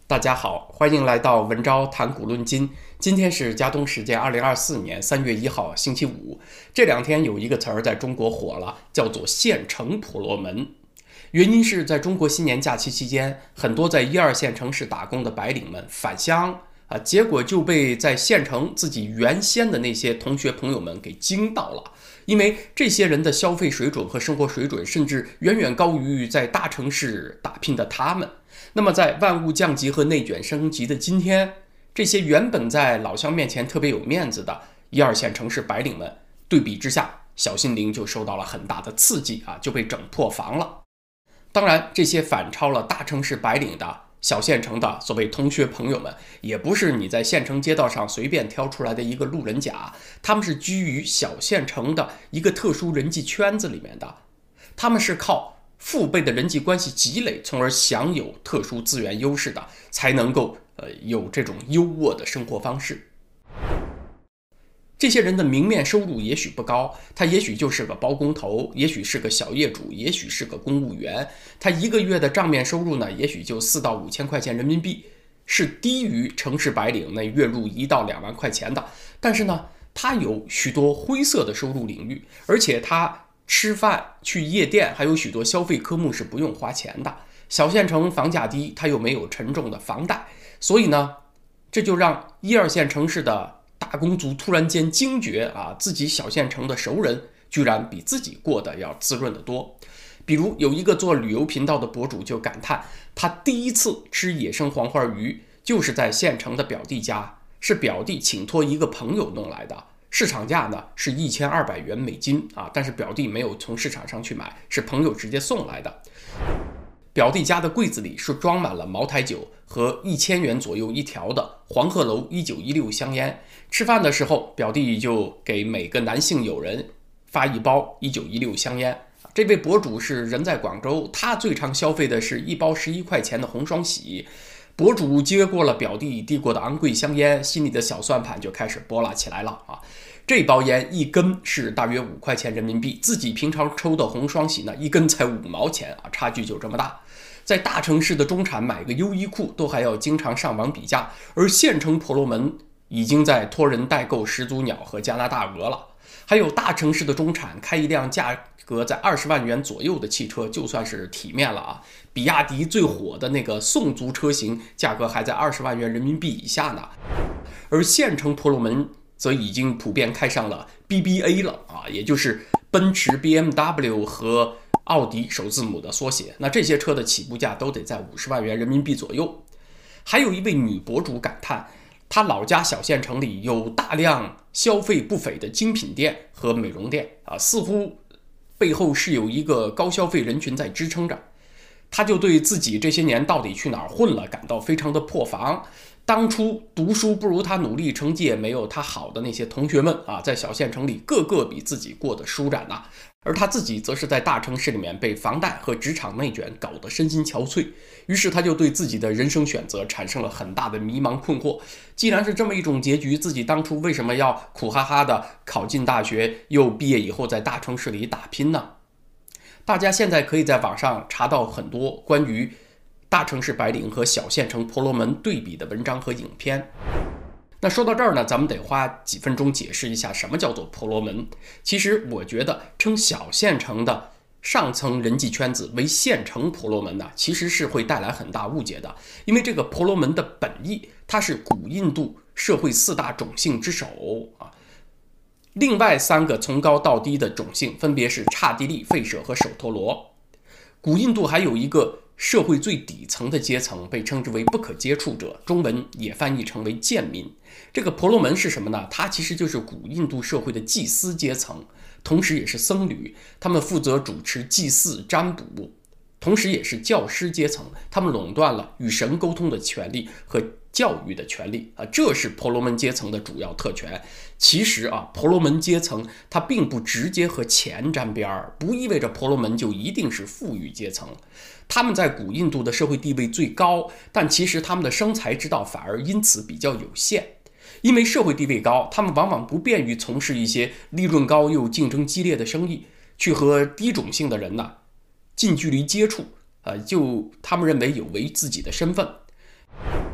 大家好，欢迎来到文昭谈古论今。今天是嘉东时间2024年3月1号，星期五。这两天有一个词儿在中国火了，叫做县城婆罗门。原因是在中国新年假期期间，很多在1、2线城市打工的白领们返乡结果就被在县城自己原先的那些同学朋友们给惊到了。因为这些人的消费水准和生活水准甚至远远高于在大城市打拼的他们。那么在万物降级和内卷升级的今天，这些原本在老乡面前特别有面子的1、2线城市白领们，对比之下，小心灵就受到了很大的刺激就被整破防了。当然，这些反超了大城市白领的小县城的所谓同学朋友们，也不是你在县城街道上随便挑出来的一个路人甲，他们是居于小县城的一个特殊人际圈子里面的，他们是靠父辈的人际关系积累，从而享有特殊资源优势的，才能够有这种优渥的生活方式。这些人的明面收入也许不高，他也许就是个包工头，也许是个小业主，也许是个公务员，他一个月的账面收入呢，也许就4到5千块钱人民币，是低于城市白领那月入1到2万块钱的。但是呢，他有许多灰色的收入领域，而且他吃饭、去夜店，还有许多消费科目是不用花钱的。小县城房价低，他又没有沉重的房贷，所以呢，这就让1、2线城市的打工族突然间惊觉自己小县城的熟人居然比自己过得要滋润得多。比如有一个做旅游频道的博主就感叹，他第一次吃野生黄花鱼就是在县城的表弟家，是表弟请托一个朋友弄来的，市场价呢是1200元美金但是表弟没有从市场上去买，是朋友直接送来的。表弟家的柜子里是装满了茅台酒和1000元左右一条的黄鹤楼1916香烟。吃饭的时候，表弟就给每个男性友人发一包1916香烟。这位博主是人在广州，他最常消费的是一包11块钱的红双喜。博主接过了表弟递过的昂贵香烟，心里的小算盘就开始拨拉起来了这包烟一根是大约5块钱人民币，自己平常抽的红双喜呢，一根才5毛钱差距就这么大。在大城市的中产买个优衣库都还要经常上网比价，而县城婆罗门已经在托人代购始祖鸟和加拿大鹅了。还有大城市的中产开一辆价格在20万元左右的汽车就算是体面了比亚迪最火的那个宋族车型价格还在20万元人民币以下呢。而县城婆罗门则已经普遍开上了 BBA 了也就是奔驰 BMW 和奥迪首字母的缩写。那这些车的起步价都得在50万元人民币左右。还有一位女博主感叹，她老家小县城里有大量消费不菲的精品店和美容店似乎背后是有一个高消费人群在支撑着。她就对自己这些年到底去哪儿混了感到非常的破防。当初读书不如他努力，成绩也没有他好的那些同学们在小县城里个个比自己过得舒展而他自己则是在大城市里面被房贷和职场内卷搞得身心憔悴。于是他就对自己的人生选择产生了很大的迷茫困惑。既然是这么一种结局，自己当初为什么要苦哈哈的考进大学，又毕业以后在大城市里打拼呢？大家现在可以在网上查到很多关于大城市白领和小县城婆罗门对比的文章和影片。那说到这儿呢，咱们得花几分钟解释一下什么叫做婆罗门。其实我觉得称小县城的上层人际圈子为县城婆罗门呢，其实是会带来很大误解的。因为这个婆罗门的本意，它是古印度社会4大种姓之首另外3个从高到低的种姓分别是刹帝利、吠舍和首陀罗。古印度还有一个社会最底层的阶层被称之为不可接触者，中文也翻译成为贱民。这个婆罗门是什么呢？它其实就是古印度社会的祭司阶层，同时也是僧侣，他们负责主持祭祀占卜，同时也是教师阶层，他们垄断了与神沟通的权利和教育的权利这是婆罗门阶层的主要特权。其实婆罗门阶层它并不直接和钱沾边不意味着婆罗门就一定是富裕阶层。他们在古印度的社会地位最高，但其实他们的生财之道反而因此比较有限。因为社会地位高，他们往往不便于从事一些利润高又竞争激烈的生意，去和低种姓的人近距离接触就他们认为有违自己的身份。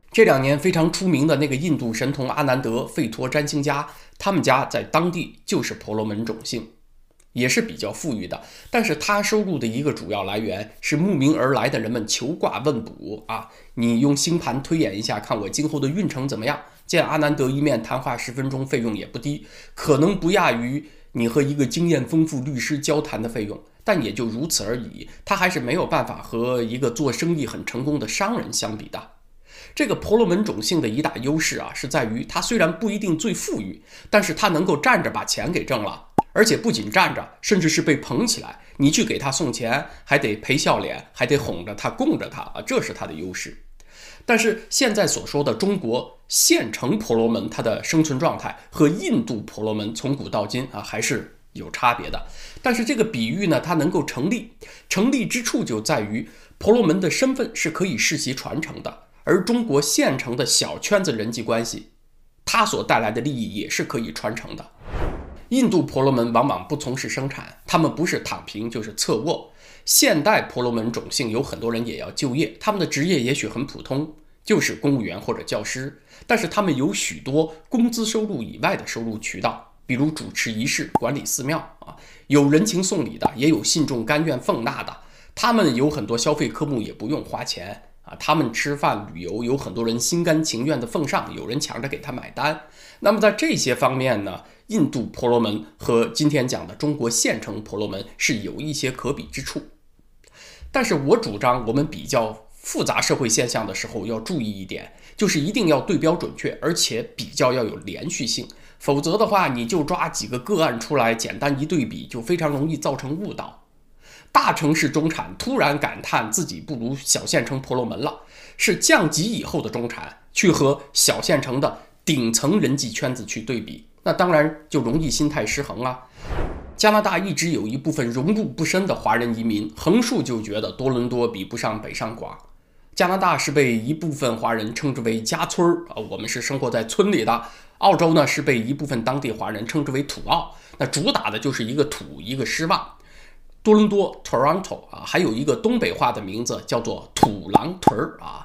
这2年非常出名的那个印度神童阿南德·费陀占星家，他们家在当地就是婆罗门种姓，也是比较富裕的，但是他收入的一个主要来源是慕名而来的人们求卦问卜啊，你用星盘推演一下，看我今后的运程怎么样？见阿南德一面谈话10分钟，费用也不低，可能不亚于你和一个经验丰富律师交谈的费用，但也就如此而已，他还是没有办法和一个做生意很成功的商人相比的。这个婆罗门种姓的一大优势啊，是在于它虽然不一定最富裕，但是它能够站着把钱给挣了，而且不仅站着，甚至是被捧起来。你去给他送钱，还得陪笑脸，还得哄着他，供着他啊，这是他的优势。但是现在所说的中国县城婆罗门，它的生存状态和印度婆罗门从古到今啊还是有差别的。但是这个比喻呢，它能够成立，成立之处就在于婆罗门的身份是可以世袭传承的。而中国县城的小圈子人际关系，它所带来的利益也是可以传承的。印度婆罗门往往不从事生产，他们不是躺平就是侧卧。现代婆罗门种姓有很多人也要就业，他们的职业也许很普通，就是公务员或者教师，但是他们有许多工资收入以外的收入渠道，比如主持仪式、管理寺庙啊，有人情送礼的，也有信众甘愿奉纳的。他们有很多消费科目也不用花钱。他们吃饭旅游有很多人心甘情愿的奉上，有人抢着给他买单。那么在这些方面呢，印度婆罗门和今天讲的中国县城婆罗门是有一些可比之处。但是我主张我们比较复杂社会现象的时候要注意一点，就是一定要对标准确，而且比较要有连续性，否则的话你就抓几个个案出来简单一对比，就非常容易造成误导。大城市中产突然感叹自己不如小县城婆罗门了，是降级以后的中产去和小县城的顶层人际圈子去对比，那当然就容易心态失衡啊。加拿大一直有一部分融入不深的华人移民，横竖就觉得多伦多比不上北上广。加拿大是被一部分华人称之为家村我们是生活在村里的。澳洲呢是被一部分当地华人称之为土澳，那主打的就是一个土一个失望。多伦多 Toronto 还有一个东北话的名字叫做土狼屯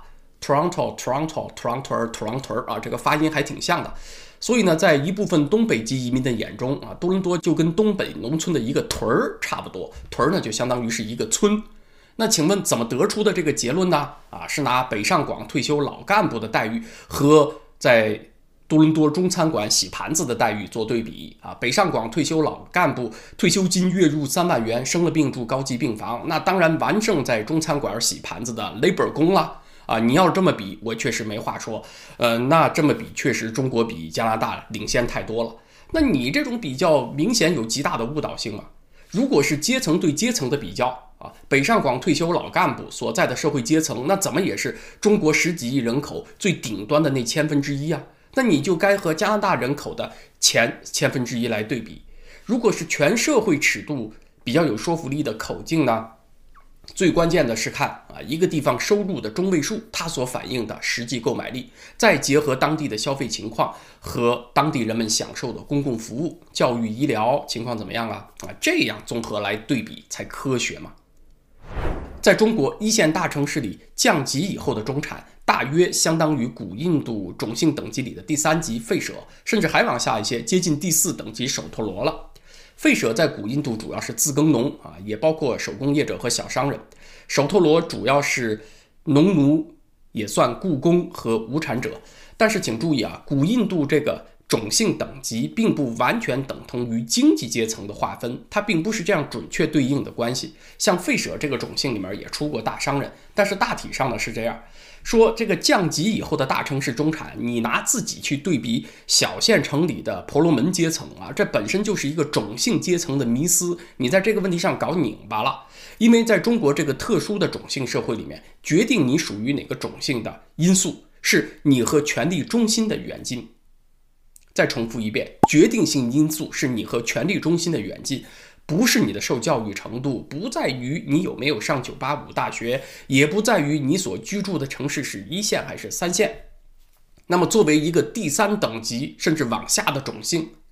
Toronto 这个发音还挺像的。所以呢，在一部分东北籍移民的眼中多伦多就跟东北农村的一个屯差不多，屯呢就相当于是一个村。那请问怎么得出的这个结论呢？是拿北上广退休老干部的待遇和在多伦多中餐馆洗盘子的待遇做对比北上广退休老干部退休金月入3万元，生了病住高级病房，那当然完胜在中餐馆洗盘子的 labor 工了你要这么比，我确实没话说。那这么比，确实中国比加拿大领先太多了。那你这种比较明显有极大的误导性嘛？如果是阶层对阶层的比较北上广退休老干部所在的社会阶层，那怎么也是中国10几亿人口最顶端的那1/1000那你就该和加拿大人口的前1/1000来对比。如果是全社会尺度比较有说服力的口径呢，最关键的是看一个地方收入的中位数，它所反映的实际购买力，再结合当地的消费情况和当地人们享受的公共服务、教育、医疗情况怎么样这样综合来对比才科学嘛。在中国一线大城市里，降级以后的中产大约相当于古印度种姓等级里的第3级吠舍，甚至还往下一些，接近第4等级首陀罗了。吠舍在古印度主要是自耕农也包括手工业者和小商人。首陀罗主要是农奴，也算雇工和无产者。但是请注意古印度这个种姓等级并不完全等同于经济阶层的划分，它并不是这样准确对应的关系。像吠舍这个种姓里面也出过大商人，但是大体上呢是这样说，这个降级以后的大城市中产，你拿自己去对比小县城里的婆罗门阶层这本身就是一个种姓阶层的迷思，你在这个问题上搞拧巴了。因为在中国这个特殊的种姓社会里面，决定你属于哪个种姓的因素是你和权力中心的远近。再重复一遍，决定性因素是你和权力中心的远近，不是你的受教育程度，不在于你有没有上985大学，也不在于你所居住的城市是1线还是3线。那么作为一个第3等级甚至往下的种姓，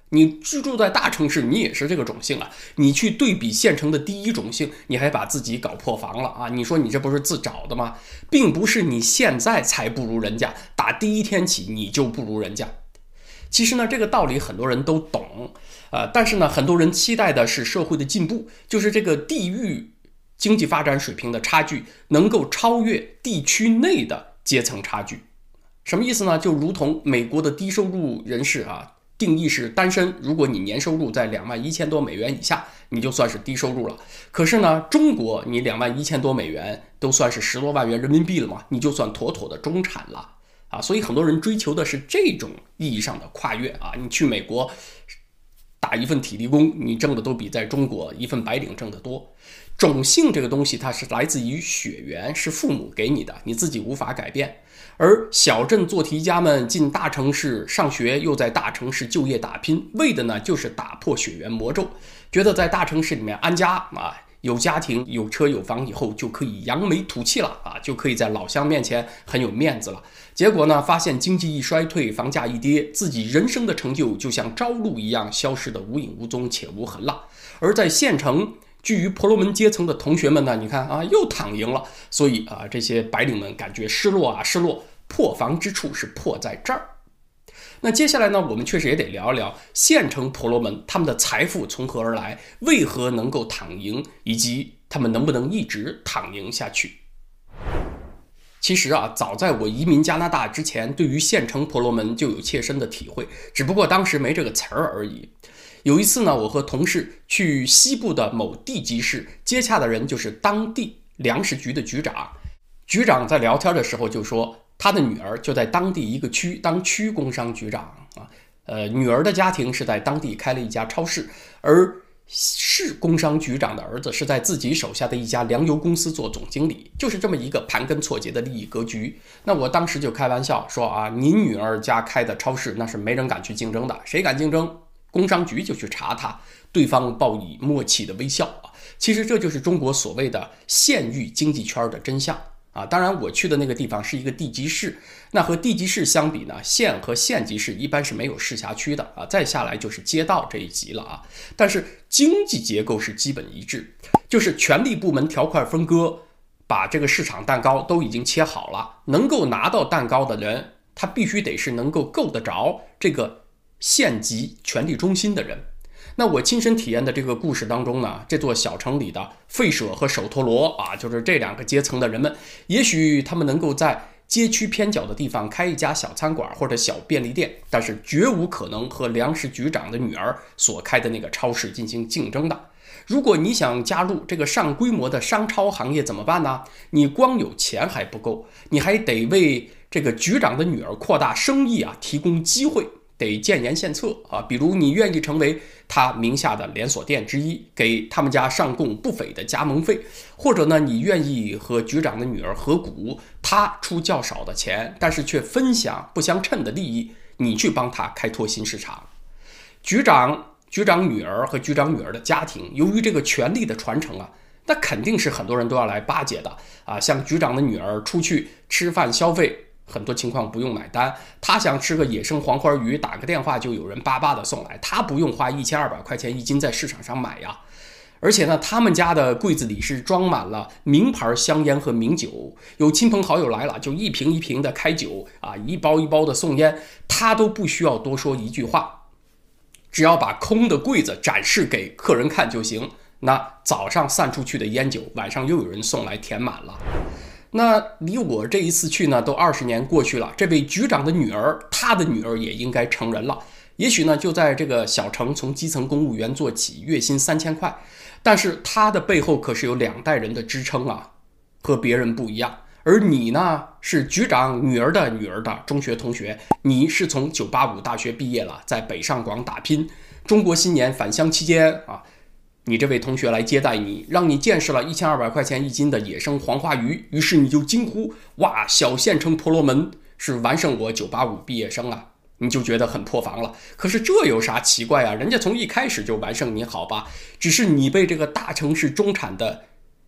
你居住在大城市，你也是这个种姓啊。你去对比县城的第一种姓，你还把自己搞破防了啊！你说你这不是自找的吗？并不是你现在才不如人家，打第一天起你就不如人家。其实呢，这个道理很多人都懂，但是呢，很多人期待的是社会的进步，就是这个地域经济发展水平的差距能够超越地区内的阶层差距。什么意思呢？就如同美国的低收入人士啊，定义是单身，如果你年收入在21000多美元以下，你就算是低收入了。可是呢，中国你21000多美元都算是10多万元人民币了嘛，你就算妥妥的中产了啊！所以很多人追求的是这种意义上的跨越啊！你去美国打一份体力工，你挣的都比在中国一份白领挣得多。种姓这个东西，它是来自于血缘，是父母给你的，你自己无法改变。而小镇做题家们进大城市上学，又在大城市就业打拼，为的呢就是打破血缘魔咒，觉得在大城市里面安家啊，有家庭有车有房以后就可以扬眉吐气了啊，就可以在老乡面前很有面子了。结果呢，发现经济一衰退，房价一跌，自己人生的成就就像朝露一样消失得无影无踪且无痕了。而在县城居于婆罗门阶层的同学们呢，你看啊，又躺赢了。所以啊，这些白领们感觉失落啊，失落。破防之处是破在这儿。那接下来呢，我们确实也得聊一聊县城婆罗门他们的财富从何而来，为何能够躺赢，以及他们能不能一直躺赢下去。其实啊，早在我移民加拿大之前，对于县城婆罗门就有切身的体会，只不过当时没这个词儿而已。有一次呢，我和同事去西部的某地级市，接洽的人就是当地粮食局的局长。局长在聊天的时候就说，他的女儿就在当地一个区当区工商局长啊，女儿的家庭是在当地开了一家超市，而市工商局长的儿子是在自己手下的一家粮油公司做总经理，就是这么一个盘根错节的利益格局。那我当时就开玩笑说啊，您女儿家开的超市那是没人敢去竞争的，谁敢竞争，工商局就去查他。对方报以默契的微笑啊。其实这就是中国所谓的县域经济圈的真相。当然我去的那个地方是一个地级市，那和地级市相比呢，县和县级市一般是没有市辖区的再下来就是街道这一级了但是经济结构是基本一致，就是权力部门条块分割，把这个市场蛋糕都已经切好了，能够拿到蛋糕的人，他必须得是能够够得着这个县级权力中心的人。那我亲身体验的这个故事当中呢，这座小城里的吠舍和首陀罗就是这两个阶层的人们，也许他们能够在街区偏角的地方开一家小餐馆或者小便利店，但是绝无可能和粮食局长的女儿所开的那个超市进行竞争的。如果你想加入这个上规模的商超行业怎么办呢？你光有钱还不够，你还得为这个局长的女儿扩大生意提供机会，得建言献策比如你愿意成为他名下的连锁店之一，给他们家上供不菲的加盟费，或者呢，你愿意和局长的女儿合股，他出较少的钱，但是却分享不相称的利益，你去帮他开拓新市场。局长女儿和局长女儿的家庭，由于这个权力的传承那肯定是很多人都要来巴结的像局长的女儿出去吃饭消费，很多情况不用买单，他想吃个野生黄花鱼，打个电话就有人巴巴的送来，他不用花1200块钱一斤在市场上买而且呢，他们家的柜子里是装满了名牌香烟和名酒，有亲朋好友来了就一瓶一瓶的开酒一包一包的送烟，他都不需要多说一句话，只要把空的柜子展示给客人看就行，那早上散出去的烟酒，晚上又有人送来填满了。那离我这一次去呢，都20年过去了，这位局长的女儿，她的女儿也应该成人了，也许呢就在这个小城从基层公务员做起，月薪3000块，但是她的背后可是有2代人的支撑和别人不一样。而你呢，是局长女儿的中学同学，你是从985大学毕业了，在北上广打拼，中国新年返乡期间你这位同学来接待你，让你见识了1200块钱一斤的野生黄花鱼，于是你就惊呼，哇，小县城婆罗门是完胜我985毕业生你就觉得很破防了。可是这有啥奇怪人家从一开始就完胜你好吧，只是你被这个大城市中产的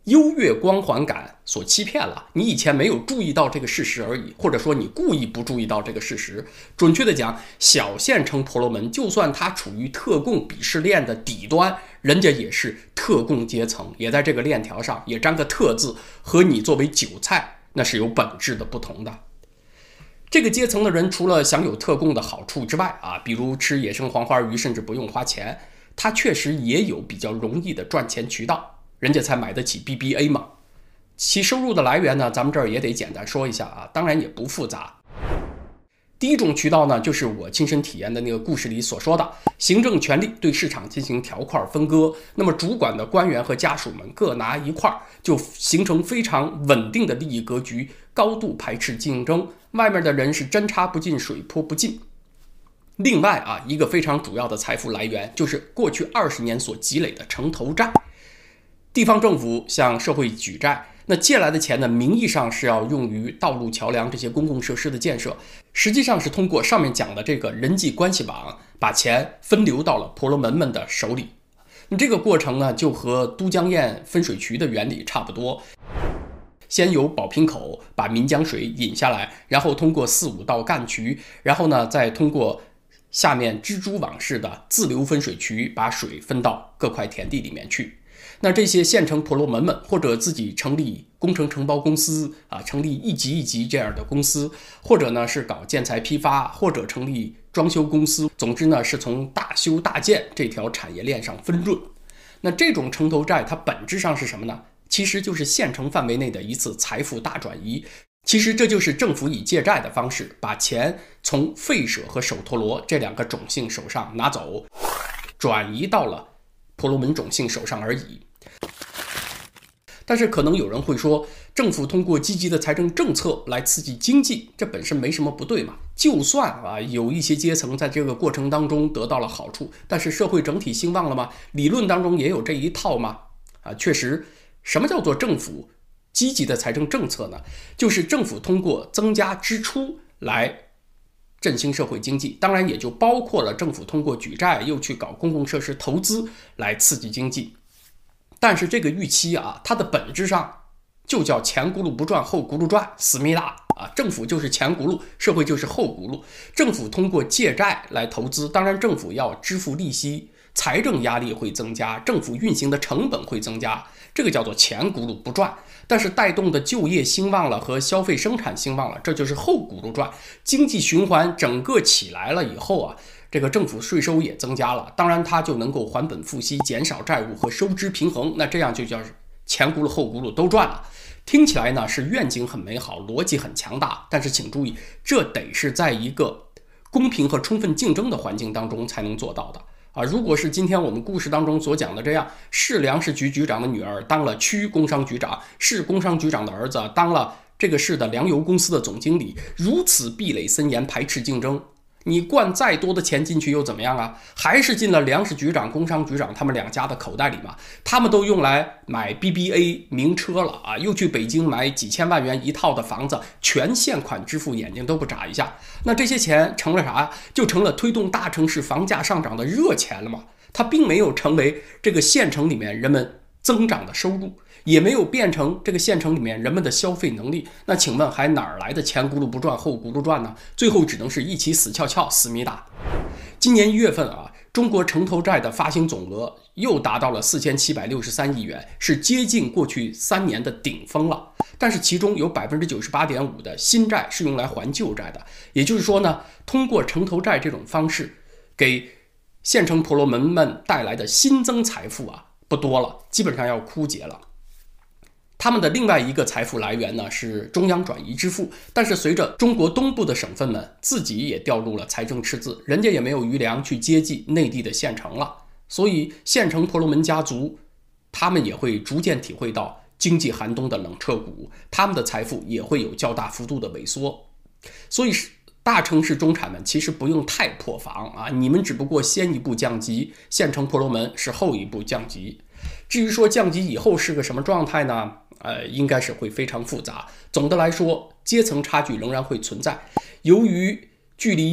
优越光环感所欺骗了，你以前没有注意到这个事实而已，或者说你故意不注意到这个事实。准确的讲，小县城婆罗门就算他处于特供鄙视链的底端，人家也是特供阶层，也在这个链条上也沾个特字，和你作为韭菜那是有本质的不同的。这个阶层的人除了享有特供的好处之外比如吃野生黄花鱼甚至不用花钱，他确实也有比较容易的赚钱渠道，人家才买得起 BBA 嘛。其收入的来源呢，咱们这儿也得简单说一下当然也不复杂。第一种渠道呢，就是我亲身体验的那个故事里所说的，行政权力对市场进行条块分割，那么主管的官员和家属们各拿一块，就形成非常稳定的利益格局，高度排斥竞争，外面的人是针插不进水泼不进。另外一个非常主要的财富来源就是过去20年所积累的城投债。地方政府向社会举债，那借来的钱呢，名义上是要用于道路、桥梁这些公共设施的建设，实际上是通过上面讲的这个人际关系网，把钱分流到了婆罗门们的手里。这个过程呢，就和都江堰分水渠的原理差不多。先由宝瓶口把岷江水引下来，然后通过4、5道干渠，然后呢，再通过下面蜘蛛网式的自流分水渠，把水分到各块田地里面去。那这些县城婆罗门们，或者自己成立工程承包公司成立一级一级这样的公司，或者呢是搞建材批发，或者成立装修公司，总之呢是从大修大建这条产业链上分润。那这种城投债它本质上是什么呢？其实就是县城范围内的一次财富大转移。其实这就是政府以借债的方式，把钱从吠舍和首陀罗这2个种姓手上拿走，转移到了婆罗门种姓手上而已。但是可能有人会说，政府通过积极的财政政策来刺激经济，这本身没什么不对嘛。就算有一些阶层在这个过程当中得到了好处，但是社会整体兴旺了吗？理论当中也有这一套吗？确实，什么叫做政府积极的财政政策呢？就是政府通过增加支出来振兴社会经济，当然也就包括了政府通过举债又去搞公共设施投资来刺激经济。但是这个预期它的本质上就叫前轱辘不转后轱辘转，思密达政府就是前轱辘，社会就是后轱辘。政府通过借债来投资，当然政府要支付利息，财政压力会增加，政府运行的成本会增加，这个叫做前轱辘不转。但是带动的就业兴旺了和消费生产兴旺了，这就是后轱辘转。经济循环整个起来了以后这个政府税收也增加了，当然它就能够还本付息，减少债务和收支平衡，那这样就叫前轱辘后轱辘都转了。听起来呢是愿景很美好，逻辑很强大，但是请注意，这得是在一个公平和充分竞争的环境当中才能做到的如果是今天我们故事当中所讲的这样，市粮食局局长的女儿当了区工商局长，市工商局长的儿子当了这个市的粮油公司的总经理，如此壁垒森严，排斥竞争，你灌再多的钱进去又怎么样还是进了粮食局长、工商局长他们2家的口袋里嘛？他们都用来买 BBA 名车了又去北京买几千万元一套的房子，全现款支付，眼睛都不眨一下。那这些钱成了啥？就成了推动大城市房价上涨的热钱了嘛？它并没有成为这个县城里面人们增长的收入，也没有变成这个县城里面人们的消费能力。那请问还哪儿来的前轱辘不转后轱辘转呢？最后只能是一起死翘翘，思密达。今年1月份中国城投债的发行总额又达到了4763亿元，是接近过去3年的顶峰了。但是其中有 98.5% 的新债是用来还旧债的，也就是说呢，通过城投债这种方式给县城婆罗门们带来的新增财富不多了，基本上要枯竭了。他们的另外一个财富来源呢是中央转移支付，但是随着中国东部的省份们自己也掉入了财政赤字，人家也没有余粮去接济内地的县城了，所以县城婆罗门家族他们也会逐渐体会到经济寒冬的冷彻骨，他们的财富也会有较大幅度的萎缩。所以大城市中产们其实不用太破防你们只不过先一步降级，县城婆罗门是后一步降级。至于说降级以后是个什么状态呢？应该是会非常复杂。总的来说，阶层差距仍然会存在。由于距离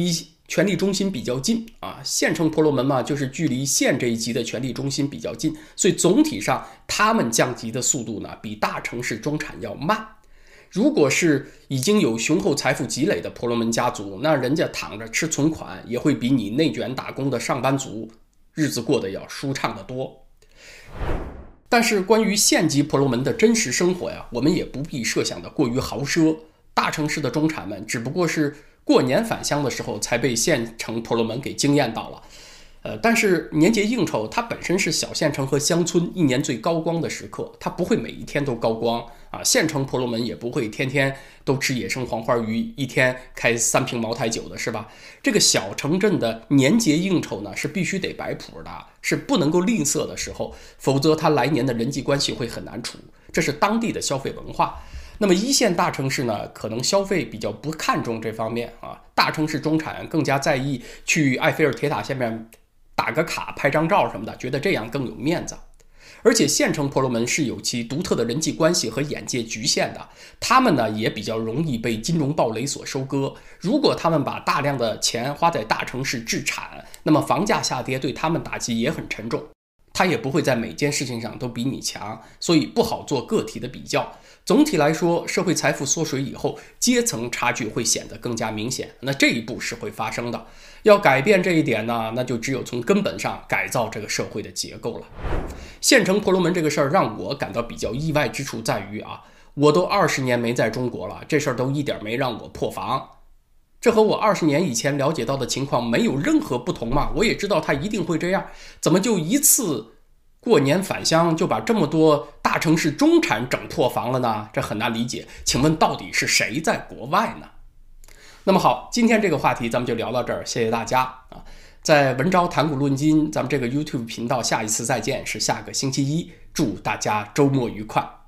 权力中心比较近啊。县城婆罗门嘛，就是距离县这一级的权力中心比较近，所以总体上他们降级的速度呢，比大城市中产要慢。如果是已经有雄厚财富积累的婆罗门家族，那人家躺着吃存款也会比你内卷打工的上班族日子过得要舒畅得多。但是关于县级婆罗门的真实生活呀，我们也不必设想的过于豪奢。大城市的中产们只不过是过年返乡的时候才被县城婆罗门给惊艳到了。但是年节应酬它本身是小县城和乡村一年最高光的时刻，它不会每一天都高光啊。县城婆罗门也不会天天都吃野生黄花鱼，一天开3瓶茅台酒的，是吧？这个小城镇的年节应酬呢，是必须得摆谱的，是不能够吝啬的时候，否则他来年的人际关系会很难处。这是当地的消费文化。那么一线大城市呢，可能消费比较不看重这方面啊。大城市中产更加在意去埃菲尔铁塔下面打个卡拍张照什么的，觉得这样更有面子。而且县城婆罗门是有其独特的人际关系和眼界局限的，他们呢也比较容易被金融暴雷所收割。如果他们把大量的钱花在大城市置产，那么房价下跌对他们打击也很沉重。他也不会在每件事情上都比你强，所以不好做个体的比较。总体来说，社会财富缩水以后，阶层差距会显得更加明显。那这一步是会发生的。要改变这一点呢，那就只有从根本上改造这个社会的结构了。县城婆罗门这个事儿让我感到比较意外之处在于啊，我都20年没在中国了，这事儿都一点没让我破防。这和我20年以前了解到的情况没有任何不同嘛，我也知道它一定会这样，怎么就一次过年返乡就把这么多大城市中产整破防了呢？这很难理解。请问到底是谁在国外呢？那么好，今天这个话题咱们就聊到这儿，谢谢大家啊！在文昭谈古论今，咱们这个 YouTube 频道下一次再见是下个星期一，祝大家周末愉快。